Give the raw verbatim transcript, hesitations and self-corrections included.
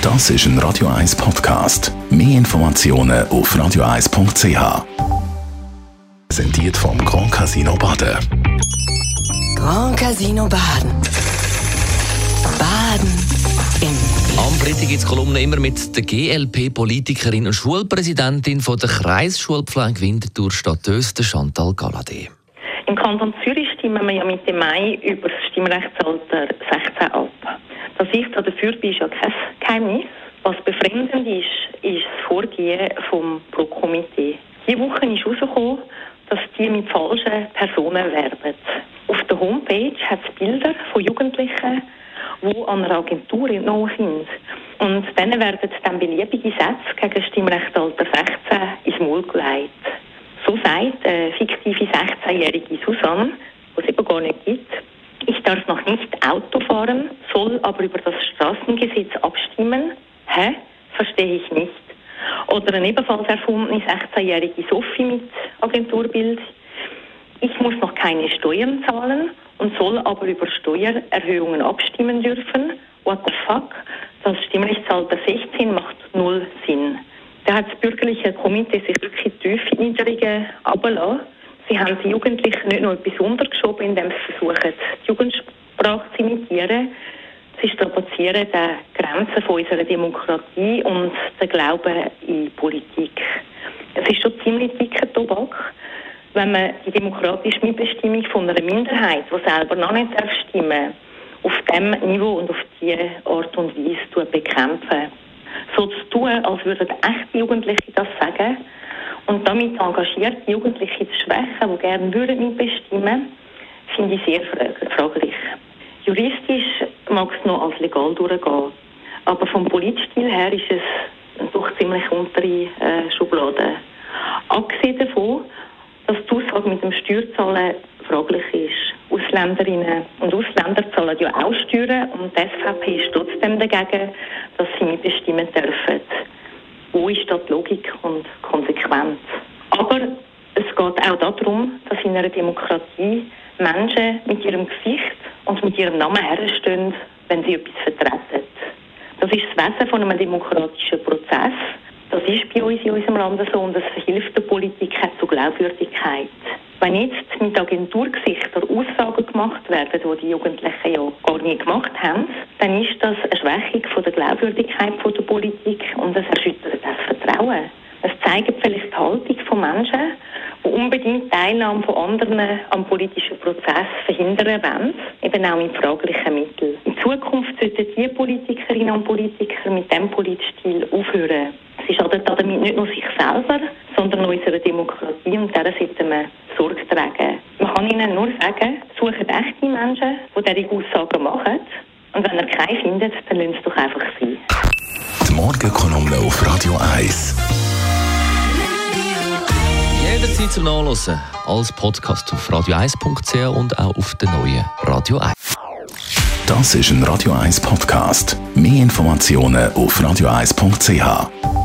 Das ist ein Radio eins Podcast. Mehr Informationen auf radio eins punkt c h. Präsentiert vom Grand Casino Baden. Grand Casino Baden. Baden im Am Freitag gibt es Kolumne immer mit der G L P-Politikerin und Schulpräsidentin von der Kreisschulpflege Winterthur Stadt Östen, Chantal Galadé. Im Kanton Zürich stimmen wir ja Mitte Mai über das Stimmrechtsalter sechzehn ab. Dass ich da dafür bin, ist ja kein Geheimnis. Was befremdend ist, ist das Vorgehen vom Pro-Komitee. Diese Woche ist herausgekommen, dass die mit falschen Personen werben. Auf der Homepage hat es Bilder von Jugendlichen, die an einer Agentur entnommen sind. Und denen werden dann beliebige Sätze gegen Stimmrechtsalter sechzehn ins Maul gelegt. So sagt eine fiktive sechzehnjährige Susanne, die es eben gar nicht gibt: Ich darf noch nicht Auto fahren, soll aber über das Straßengesetz abstimmen. Hä? Verstehe ich nicht. Oder eine ebenfalls erfundene sechzehnjährige Sophie mit Agenturbild: Ich muss noch keine Steuern zahlen und soll aber über Steuererhöhungen abstimmen dürfen. What the fuck? Das Stimmrechtsalter sechzehn macht null Sinn. Da hat das bürgerliche Komitee sich wirklich tief in die Niederungen runtergelassen. Sie haben die Jugendlichen nicht nur etwas untergeschoben, indem sie versuchen, die Jugendsprache zu imitieren. Sie strapazieren die Grenzen von unserer Demokratie und den Glauben in die Politik. Es ist schon ziemlich dicker Tobak, wenn man die demokratische Mitbestimmung von einer Minderheit, die selber noch nicht darf stimmen, auf diesem Niveau und auf diese Art und Weise bekämpfen. So zu tun, als würden echte Jugendliche das sagen und damit engagierte Jugendliche zu schwächen, die gerne würden mitbestimmen, finde ich sehr fraglich. Juristisch mag es noch als legal durchgehen, aber vom Politstil her ist es doch ziemlich untere äh, Schublade. Abgesehen davon, dass die Aussage mit dem Steuerzahlen fraglich ist. Ausländerinnen und Ausländer zahlen ja auch Steuern und die S V P ist trotzdem dagegen, dass sie mitbestimmen dürfen. Wo ist da die Logik und Konsequenz? Aber es geht auch darum, dass in einer Demokratie Menschen mit ihrem Gesicht und mit ihrem Namen herstehen, wenn sie etwas vertreten. Das ist das Wesen von einem demokratischen Prozess. Das ist bei uns in unserem Land so und es verhilft der Politik zur Glaubwürdigkeit. Wenn jetzt mit Agenturgesichtern Aussagen gemacht werden, die die Jugendlichen ja gar nie gemacht haben, dann ist das eine Schwächung von der Glaubwürdigkeit von der Politik und es erschüttert das Vertrauen. Es zeigt vielleicht die Haltung von Menschen, die unbedingt Teilnahme von anderen am politischen Prozess verhindern wollen, eben auch mit fraglichen Mitteln. In Zukunft sollten die Politikerinnen und Politiker mit diesem Politstil aufhören. Sie schaden damit nicht nur sich selber, sondern unserer Demokratie und dieser sollten wir Sorge tragen. Man kann ihnen nur sagen, suchen echte Menschen, die diese Aussagen machen. Und wenn ihr keine findet, dann lasst es doch einfach sein. Die Morgenkolumne auf Radio eins. Jederzeit zum Nachhören als Podcast auf radio eins punkt c h und auch auf der neuen Radio eins. Das ist ein Radio eins Podcast. Mehr Informationen auf radio eins punkt c h.